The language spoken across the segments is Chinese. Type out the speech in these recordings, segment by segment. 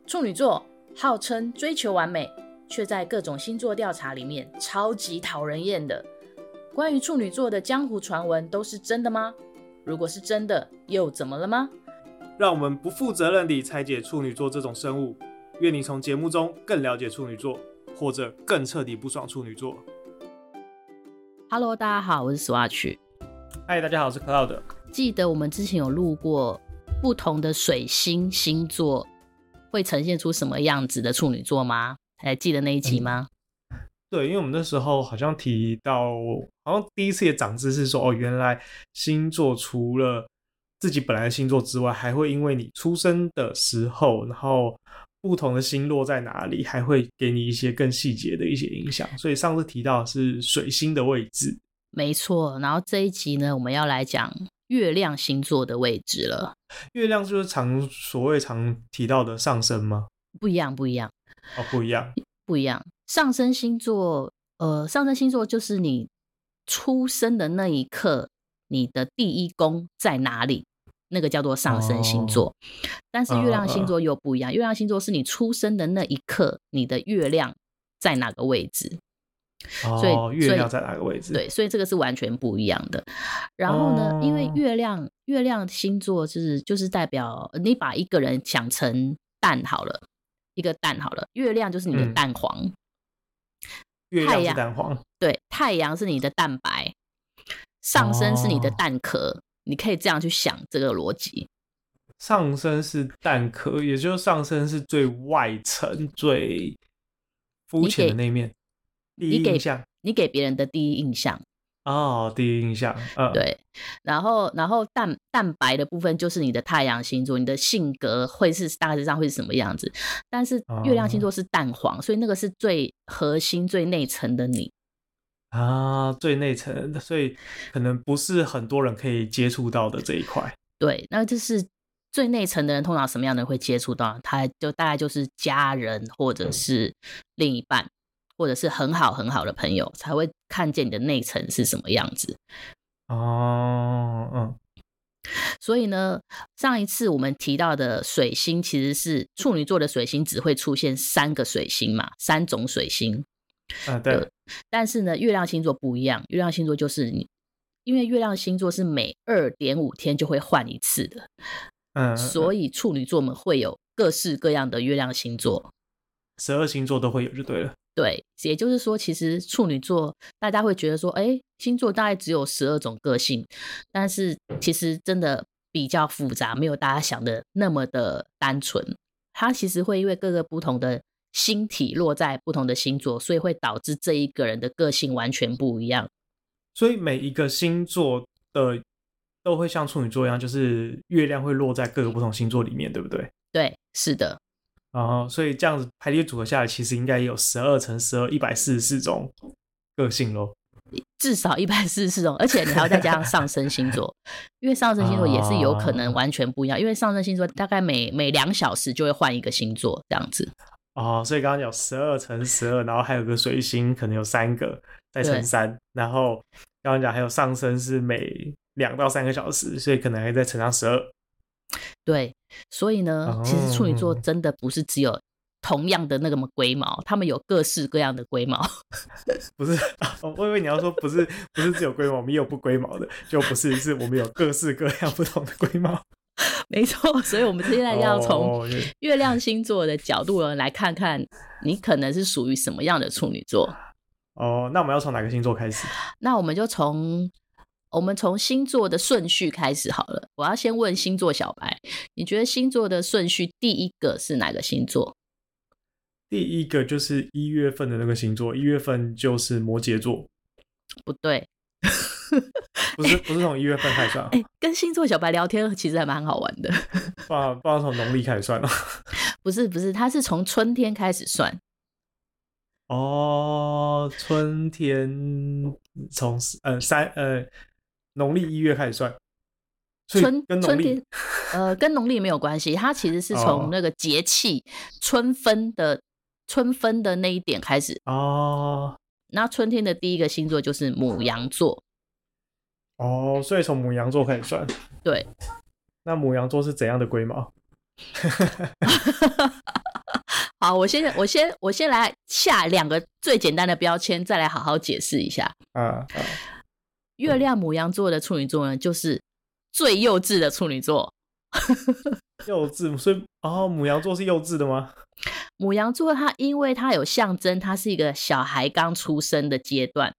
处女座号称追求完美，却在各种星座调查里面超级讨人厌的。关于处女座的江湖传闻都是真的吗？如果是真的，又怎么了吗？ 让我们不负责任地拆解处女座这种生物，愿你从节目中更了解处女座，或者更彻底不爽处女座。 Hello， 大家好，我是 Swatch。 嗨，大家好，我是 Cloud。 记得我们之前有录过不同的水星星座会呈现出什么样子的处女座吗？还记得那一集吗？ 对，因为我们那时候好像提到，好像第一次也长知识说，原来星座除了自己本来的星座之外，还会因为你出生的时候，然后不同的星落在哪里，还会给你一些更细节的一些影响。所以上次提到的是水星的位置， 没错。然后这一集呢，我们要来讲月亮星座的位置了。 月亮就是所谓常提到的上升吗？ 不一样，不一样。 不一样， 不一样。上升星座，上升星座就是你出生的那一刻，你的第一宫在哪里，那个叫做上升星座。但是月亮星座又不一样，月亮星座是你出生的那一刻，你的月亮在哪个位置。 所以月亮在哪个位置？ 对，所以这个是完全不一样的。然后呢，因为月亮星座就是代表你把一个人想成蛋好了，一个蛋好了，月亮就是你的蛋黄， 月亮是蛋黄， 对，太阳是你的蛋白，上升是你的蛋壳，你可以这样去想这个逻辑。 上升是蛋壳，也就是上升是最外层、最肤浅的那面。第一印象， 你给别人的第一印象。 第一印象， 对。然后蛋白的部分就是你的太阳星座，你的性格会是大致上会是什么样子。但是月亮星座是蛋黄，所以那个是最核心、最内层的你。 最内层的，所以可能不是很多人可以接触到的这一块。 对，那就是最内层的人，通常什么样的人会接触到？他就大概就是家人，或者是另一半。或者是很好很好的朋友才会看见你的内层是什么样子。所以呢，上一次我们提到的水星其实是处女座的水星只会出现3个水星嘛，3种水星。 对。 但是呢，月亮星座不一样，月亮星座就是因为月亮星座是每 2.5 天就会换一次的，所以处女座们会有各式各样的月亮星座 ，12星座都会有就对了。 对，也就是说其实处女座大家会觉得说星座大概只有12种个性，但是其实真的比较复杂，没有大家想的那么的单纯。它其实会因为各个不同的星体落在不同的星座，所以会导致这一个人的个性完全不一样。 所以每一个星座的都会像处女座一样，就是月亮会落在各个不同星座里面，对不对？ 对，是的。 所以这样子排列组合下来，其实应该有12乘12 144种个性咯， 至少144种，而且你还要再加上上升星座，因为上升星座也是有可能完全不一样，因为上升星座大概每2小时就会换一个星座这样子。 所以刚刚有12乘12，然后还有个水星可能有3个，再乘3，然后刚刚讲还有上升是每2到3个小时，所以可能还再乘上12。 对，所以呢，其实处女座真的不是只有同样的那个龟毛，他们有各式各样的龟毛。 不是，我以为你要说不是只有龟毛，我们也有不龟毛的，就不是，是我们有各式各样不同的龟毛。 没错，所以我们现在要从月亮星座的角度来看看你可能是属于什么样的处女座。 那我们要从哪个星座开始？ 那我们从星座的顺序开始好了。我要先问星座小白，你觉得星座的顺序第一个是哪个星座？ 第一个就是1月份的那个星座，1月份就是摩羯座。 不对。 不是从1月份开始算。 跟星座小白聊天其实还蛮好玩的。 不然从农历开始算了。 不是，它是从春天开始算。 春天从农历1月开始算，所以跟农历跟农历没有关系，它其实是从那个节气春分的那一点开始。那春天的第一个星座就是牡羊座。 所以从牡羊座开始算。 对。 那牡羊座是怎样的龟毛？ 好，我先来下2个最简单的标签，再来好好解释一下。月亮牡羊座的处女座呢，就是最幼稚的处女座。 幼稚，所以牡羊座是幼稚的吗？ 牡羊座它因为它有象征，它是一个小孩刚出生的阶段。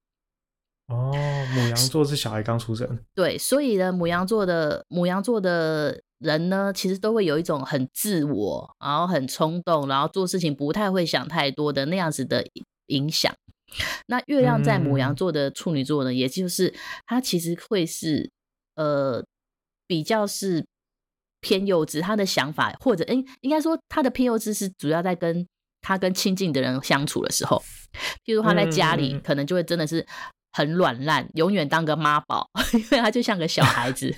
牡羊座是小孩刚出生。 对，所以呢，牡羊座的人呢，其实都会有一种很自我，然后很冲动，然后做事情不太会想太多的那样子的影响。那月亮在牡羊座的处女座呢，也就是他其实会是比较是偏幼稚，他的想法或者应该说他的偏幼稚是主要在跟亲近的人相处的时候，譬如他在家里可能就会真的是很软烂，永远当个妈宝，因为他就像个小孩子。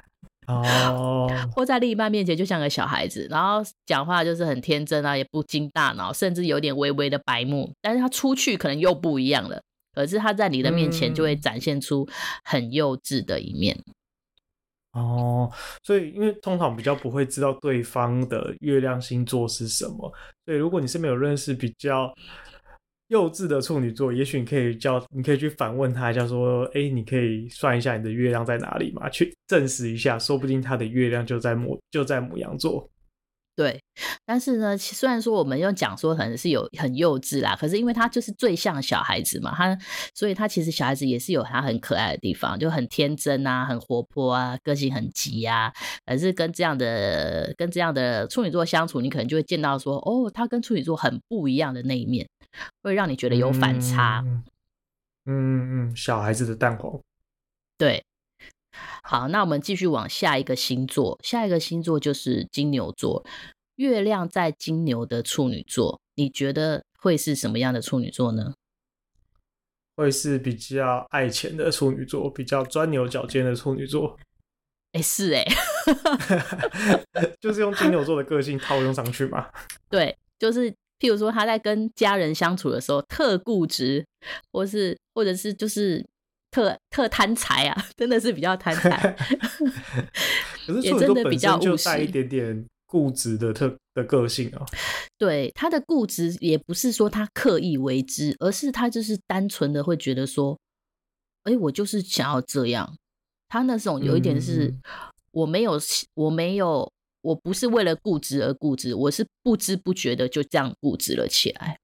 或在另一半面前就像个小孩子，然后讲话就是很天真啊，也不经大脑，甚至有点微微的白目，但是他出去可能又不一样了，可是他在你的面前就会展现出很幼稚的一面。 所以因为通常比较不会知道对方的月亮星座是什么，所以如果你是没有认识比较幼稚的处女座，也许你可以去反问他一下说，你可以算一下你的月亮在哪里嘛，去证实一下，说不定他的月亮就在牡羊座。 对，但是呢，虽然说我们又讲说可能是很幼稚啦，可是因为他就是最像小孩子嘛，所以他其实小孩子也是有他很可爱的地方，就很天真啊，很活泼啊，个性很急啊。可是跟这样的处女座相处，你可能就会见到说，他跟处女座很不一样的那一面，会让你觉得有反差。 小孩子的蛋黄。 对。好，那我们继续往下一个星座，下一个星座就是金牛座。月亮在金牛的处女座，你觉得会是什么样的处女座呢？ 会是比较爱钱的处女座，比较钻牛角尖的处女座。 是就是用金牛座的个性套用上去嘛。 对，就是譬如说他在跟家人相处的时候特固执，或者是就是特贪财啊，真的是比较贪财。 可是处女座本身就带一点点固执的个性啊。 对，他的固执也不是说他刻意为之，而是他就是单纯的会觉得说，我就是想要这样。他那种有一点是，我不是为了固执而固执，我是不知不觉的就这样固执了起来。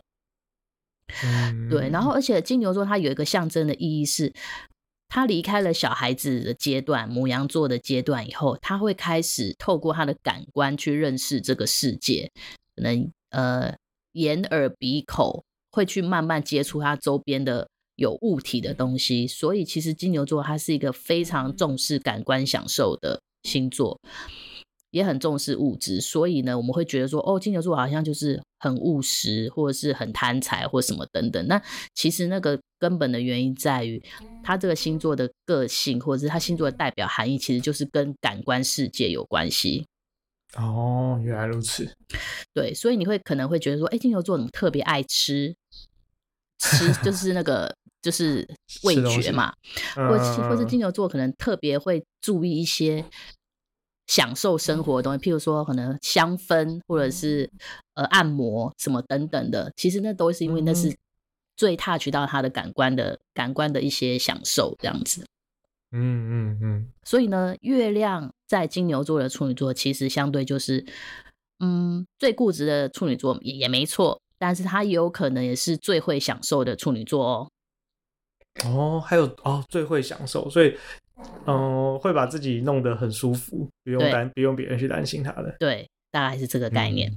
对，然后而且金牛座它有一个象征的意义是，他离开了小孩子的阶段，牡羊座的阶段以后，他会开始透过他的感官去认识这个世界，可能眼耳鼻口会去慢慢接触他周边的有物体的东西，所以其实金牛座它是一个非常重视感官享受的星座，也很重视物质，所以呢，我们会觉得说，金牛座好像就是很务实，或者是很贪财，或什么等等。那其实那个根本的原因在于，他这个星座的个性，或者是他星座的代表含义，其实就是跟感官世界有关系。 原来如此。 对，所以你可能会觉得说，金牛座怎么特别爱吃就是那个就是味觉嘛，或是金牛座可能特别会注意一些享受生活的东西，譬如说可能香氛或者是按摩什么等等的，其实那都是因为那是最 touch 到他的感官的一些享受这样子。所以呢，月亮在金牛座的处女座其实相对就是最固执的处女座也没错，但是他也有可能也是最会享受的处女座还有最会享受，所以会把自己弄得很舒服，不用别人去担心他的。 对，大概是这个概念。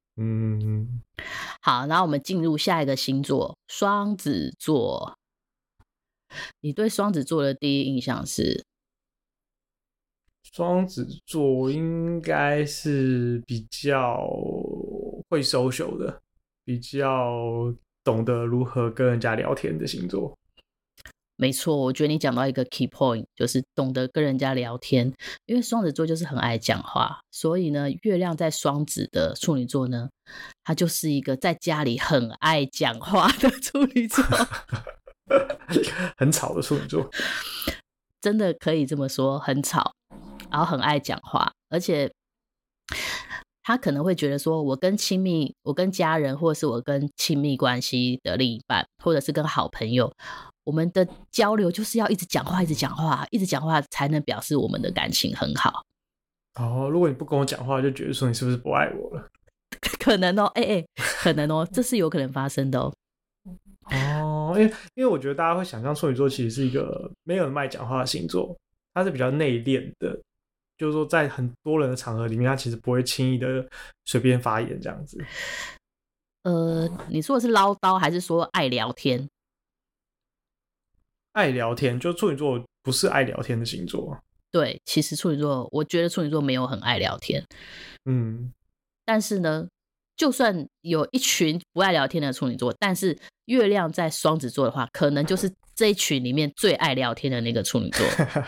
好，然后我们进入下一个星座，双子座。你对双子座的第一印象是？ 双子座应该是比较会 social 的，比较懂得如何跟人家聊天的星座。 没错，我觉得你讲到一个 key point， 就是懂得跟人家聊天。因为双子座就是很爱讲话，所以呢，月亮在双子的处女座呢，他就是一个在家里很爱讲话的处女座。 很吵的处女座。 真的可以这么说，很吵，然后很爱讲话，而且他可能会觉得说，我跟家人，或者是我跟亲密关系的另一半，或者是跟好朋友，我们的交流就是要一直讲话，一直讲话，一直讲话，才能表示我们的感情很好。 如果你不跟我讲话，就觉得说你是不是不爱我了？ 可能哦，可能哦，这是有可能发生的哦。 因为我觉得大家会想象处女座其实是一个没有人爱讲话的星座，他是比较内敛的，就是说在很多人的场合里面，他其实不会轻易的随便发言这样子。 你说的是唠叨，还是说爱聊天？ 爱聊天，就处女座不是爱聊天的星座。 对，其实我觉得处女座没有很爱聊天。但是呢，就算有一群不爱聊天的处女座，但是月亮在双子座的话，可能就是这一群里面最爱聊天的那个处女座。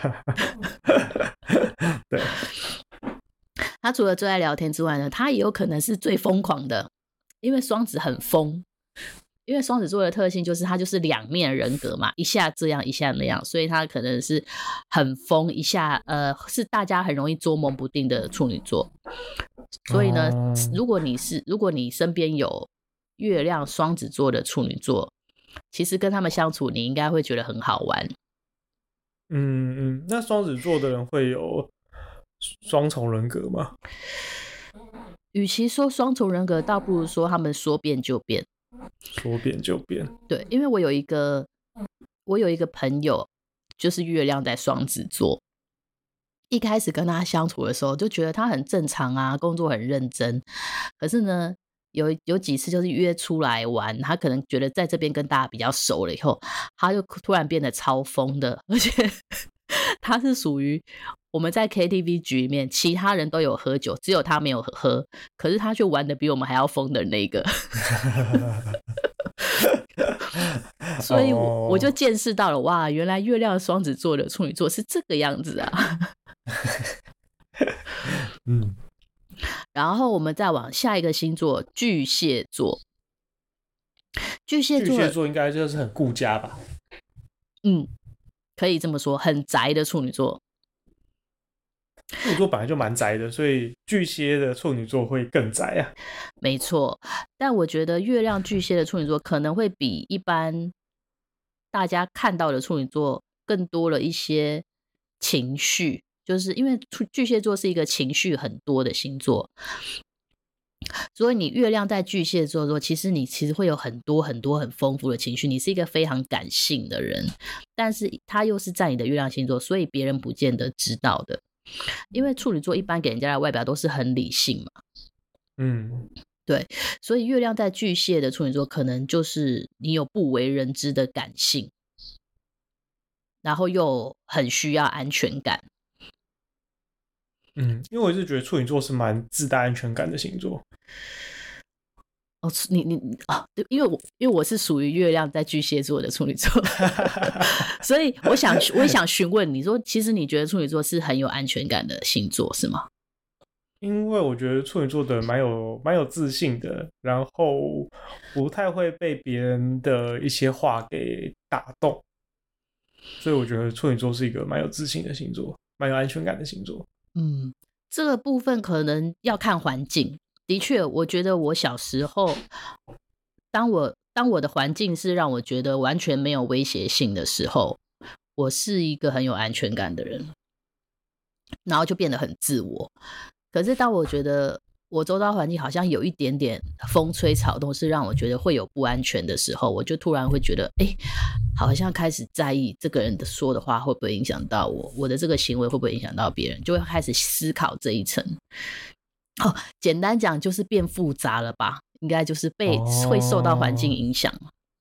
对， 他除了最爱聊天之外呢，他也有可能是最疯狂的，因为双子很疯。因为双子座的特性就是他就是两面人格嘛，一下这样一下那样，所以他可能是很疯，一下是大家很容易捉摸不定的处女座。所以呢，如果你身边有月亮双子座的处女座，其实跟他们相处你应该会觉得很好玩。 那双子座的人会有双重人格吗？ 与其说双重人格，倒不如说他们说变就变。 说变就变。 对，因为我有一个朋友，就是月亮在双子座。一开始跟他相处的时候，就觉得他很正常啊，工作很认真。可是呢，有几次就是约出来玩，他可能觉得在这边跟大家比较熟了以后，他就突然变得超疯的，而且他是属于我们在 KTV 局里面，其他人都有喝酒，只有他没有喝，可是他却玩得比我们还要疯的那个。所以我就见识到了，哇，原来月亮双子座的处女座是这个样子啊。然后我们再往下一个星座，巨蟹座。巨蟹座应该就是很顾家吧？ 可以这么说，很宅的处女座。 处女座本来就蛮宅的，所以巨蟹的处女座会更宅啊。 没错，但我觉得月亮巨蟹的处女座可能会比一般大家看到的处女座更多了一些情绪，就是因为巨蟹座是一个情绪很多的星座，所以你月亮在巨蟹座的时候，其实会有很多很多很丰富的情绪，你是一个非常感性的人，但是他又是在你的月亮星座，所以别人不见得知道的。因为处女座一般给人家的外表都是很理性嘛，对，所以月亮在巨蟹的处女座可能就是你有不为人知的感性，然后又很需要安全感。 因为我是觉得处女座是蛮自带安全感的星座。 对，因为我是属于月亮在巨蟹座的处女座，所以我也想询问你说，其实你觉得处女座是很有安全感的星座是吗？ 因为我觉得处女座的人蛮有自信的，然后不太会被别人的一些话给打动，所以我觉得处女座是一个蛮有自信的星座，蛮有安全感的星座。 这个部分可能要看环境。的确，我觉得我小时候，当我的环境是让我觉得完全没有威胁性的时候，我是一个很有安全感的人，然后就变得很自我。可是当我觉得我周遭环境好像有一点点风吹草动，是让我觉得会有不安全的时候，我就突然会觉得，好像开始在意这个人说的话会不会影响到我的这个行为会不会影响到别人，就会开始思考这一层。简单讲就是变复杂了吧，应该就是会受到环境影响。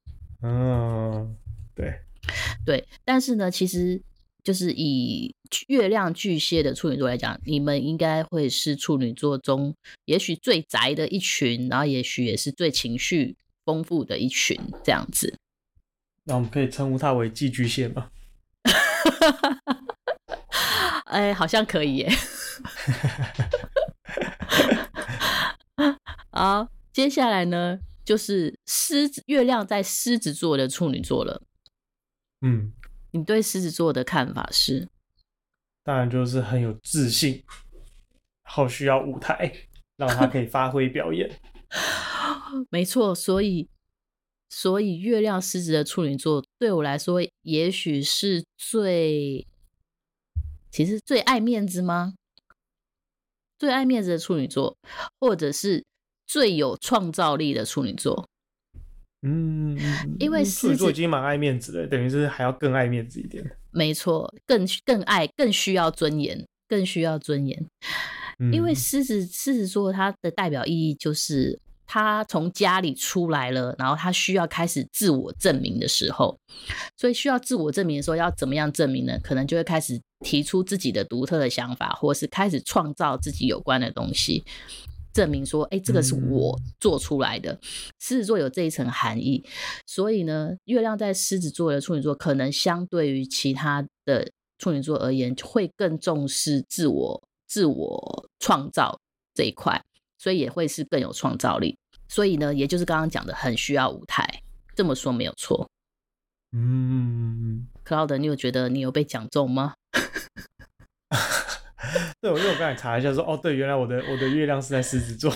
对，但是呢，其实就是以月亮巨蟹的处女座来讲，你们应该会是处女座中也许最宅的一群，然后也许也是最情绪丰富的一群这样子。 那我们可以称呼他为寄居蟹吗？ 好像可以耶。好，接下来呢就是月亮在狮子座的处女座了。你对狮子座的看法是？ 当然就是很有自信，好需要舞台。 让他可以发挥表演。 没错，所以月亮狮子的处女座对我来说，也许是其实最爱面子吗？最爱面子的处女座，或者是最有创造力的处女座。因为处女座已经蛮爱面子的，等于是还要更爱面子一点。 没错，更爱，更需要尊严，更需要尊严。因为狮子座它的代表意义就是他从家里出来了，然后他需要开始自我证明的时候，所以需要自我证明的时候要怎么样证明呢？可能就会开始提出自己的独特的想法，或是开始创造自己有关的东西，证明说这个是我做出来的。狮子座有这一层含义，所以呢，月亮在狮子座的处女座可能相对于其他的处女座而言会更重视自我创造这一块，所以也会是更有创造力。所以呢，也就是刚刚讲的很需要舞台，这么说没有错。Cloud， 你有觉得你有被讲中吗？ 对，因为我刚才查一下说，对，原来我的月亮是在狮子座。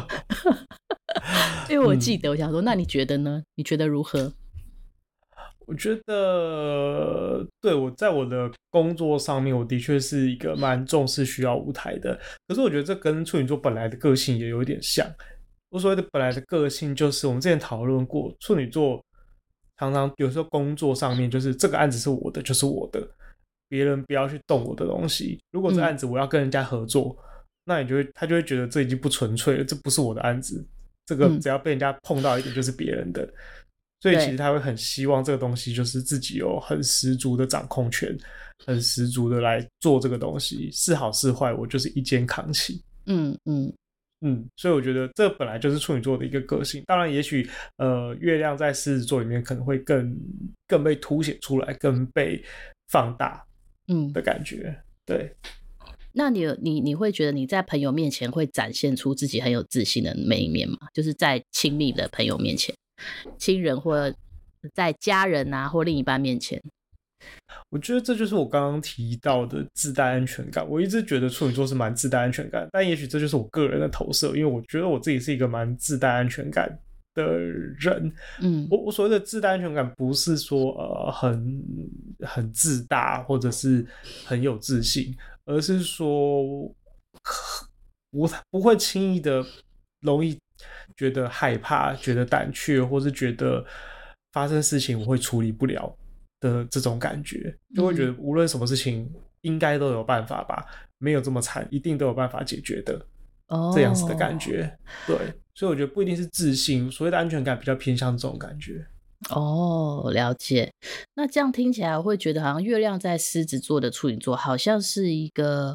因为我记得，我想说，那你觉得呢？你觉得如何？ 我觉得，对，我在我的工作上面，我的确是一个蛮重视需要舞台的。可是我觉得这跟处女座本来的个性也有点像。我所谓的本来的个性，就是我们之前讨论过，处女座常常有时候工作上面就是这个案子是我的，就是我的，别人不要去动我的东西。如果这案子我要跟人家合作，那他就会觉得这已经不纯粹了，这不是我的案子，这个只要被人家碰到一点就是别人的。所以其实他会很希望这个东西就是自己有很十足的掌控权，很十足的来做这个东西，是好是坏我就是一肩扛起。所以我觉得这本来就是处女座的一个个性。当然也许月亮在狮子座里面可能会更被凸显出来，更被放大的感觉。对。 那你会觉得你在朋友面前会展现出自己很有自信的那一面吗？就是在亲密的朋友面前，亲人或在家人啊或另一半面前。 我觉得这就是我刚刚提到的自带安全感。我一直觉得处女座是蛮自带安全感，但也许这就是我个人的投射，因为我觉得我自己是一个蛮自带安全感的人。我所谓的自带安全感不是说很自大或者是很有自信，而是说我不会轻易的容易觉得害怕，觉得胆怯，或是觉得发生事情我会处理不了的这种感觉，就会觉得无论什么事情应该都有办法吧，没有这么惨，一定都有办法解决的，这样子的感觉。对，所以我觉得不一定是自信，所谓的安全感比较偏向这种感觉。 了解。那这样听起来我会觉得好像月亮在狮子座的处女座好像是一个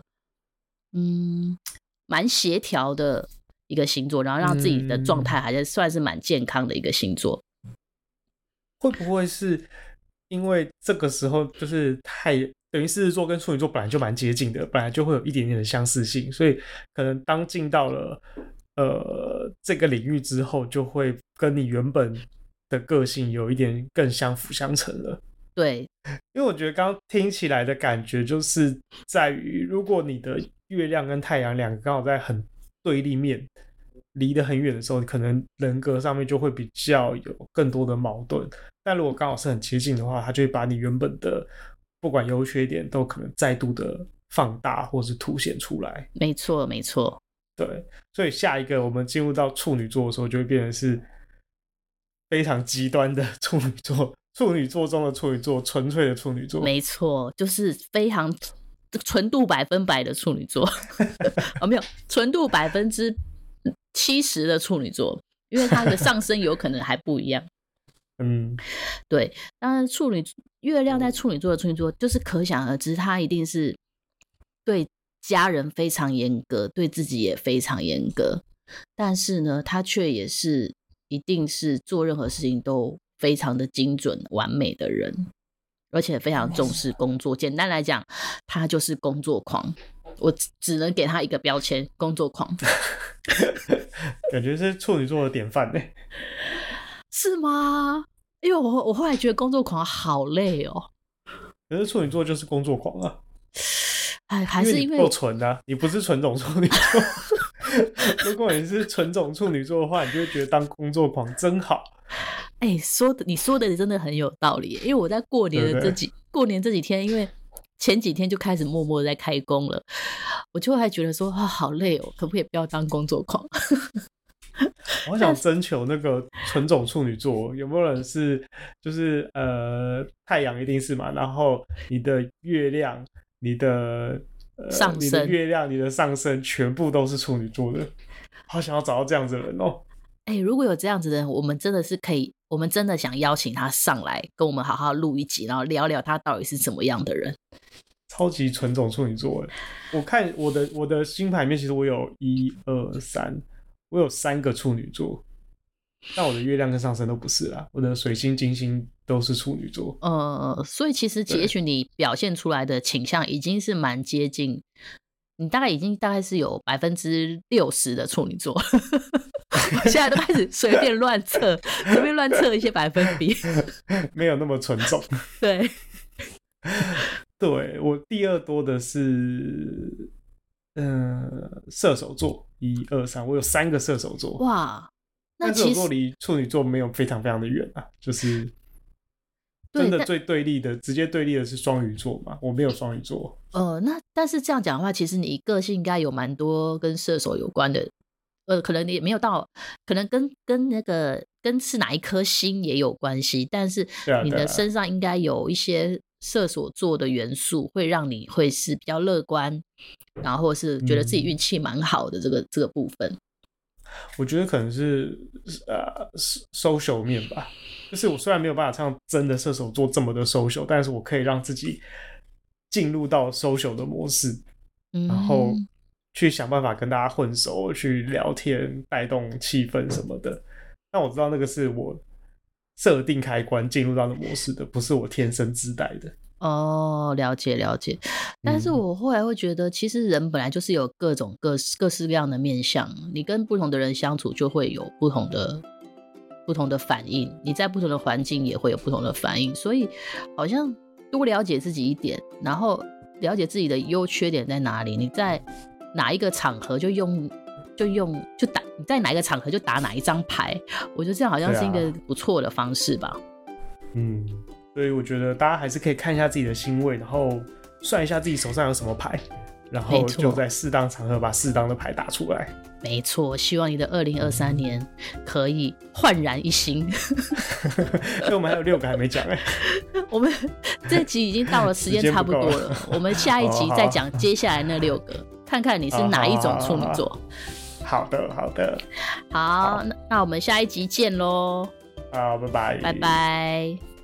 蛮协调的一个星座，然后让自己的状态还是算是蛮健康的一个星座。 会不会是因为这个时候就是等于狮子座跟处女座本来就蛮接近的，本来就会有一点点的相似性，所以可能当进到了这个领域之后，就会跟你原本的个性有一点更相辅相成了。 对， 因为我觉得刚刚听起来的感觉就是在于，如果你的月亮跟太阳两个刚好在很对立面，离得很远的时候，可能人格上面就会比较有更多的矛盾。但如果刚好是很接近的话，它就会把你原本的不管优缺点都可能再度的放大或是凸显出来。 没错没错。 对，所以下一个我们进入到处女座的时候，就会变成是非常极端的处女座，处女座中的处女座，纯粹的处女座。 没错，就是非常纯度100%的处女座。没有，纯度70%的处女座，因为它的上升有可能还不一样。对，当然月亮在处女座的处女座，就是可想而知，他一定是对家人非常严格，对自己也非常严格，但是呢，他却也是一定是做任何事情都非常的精准完美的人，而且非常重视工作。简单来讲，他就是工作狂，我只能给他一个标签，工作狂。 感觉是处女座的典范。 是吗？因为我后来觉得工作狂好累哦。 可是处女座就是工作狂啊。 还是因为你不够纯啊，你不是纯种处女座。 如果你是纯种处女座的话，你就会觉得当工作狂真好。 你说的真的很有道理，因为我在过年的过年这几天，因为前几天就开始默默在开工了，我就还觉得说好累哦，可不可以不要当工作狂？ 我想征求那个纯种处女座，有没有人是就是太阳一定是嘛，然后你的月亮、你的上升、 你的月亮、你的上升全部都是处女座的，好想要找到这样子的人哦。 如果有这样子的人，我们真的是可以，我们真的想邀请他上来跟我们好好录一集，然后聊聊他到底是怎么样的人。 超级纯种处女座耶，我看我的星盘里面，其实我有1、2、3，我有3个处女座，但我的月亮跟上升都不是啦，我的水星、金星都是处女座。 所以其实也许你表现出来的倾向已经是蛮接近，你大概是有60%的处女座。我现在都开始随便乱测一些百分比， 没有那么纯种。 对。 对，我第二多的是射手座，1、2、3，我有3个射手座。 哇，那但射手座离处女座没有非常非常的远啊，就是真的最对立的，直接对立的是双鱼座嘛，我没有双鱼座。 那但是这样讲的话，其实你个性应该有蛮多跟射手有关的，可能也没有到，可能跟那个跟是哪一颗星也有关系，但是你的身上应该有一些射手座的元素，会让你会是比较乐观，然后或是觉得自己运气蛮好的这个部分。 我觉得可能是social 面吧，就是我虽然没有办法像真的射手座这么的 social， 但是我可以让自己进入到 social 的模式，然后去想办法跟大家混熟，去聊天，带动气氛什么的。但我知道那个是我设定开关进入到的模式的，不是我天生自带的。 了解。但是我后来会觉得，其实人本来就是有各式各样的面向，你跟不同的人相处就会有不同的反应，你在不同的环境也会有不同的反应，所以好像多了解自己一点，然后了解自己的优缺点在哪里，你在哪一个场合就打，你在哪一个场合就打哪一张牌，我觉得这样好像是一个不错的方式吧。 所以我觉得大家还是可以看一下自己的星位，然后算一下自己手上有什么牌，然后就在适当场合把适当的牌打出来。 没错，希望你的2023年可以焕然一新。 我们还有6个还没讲我们这集已经到了时间差不多了，我们下一集再讲接下来那6个，看看你是哪一种处女座。 好的， 好，那我们下一集见咯。 好，拜拜， 拜拜。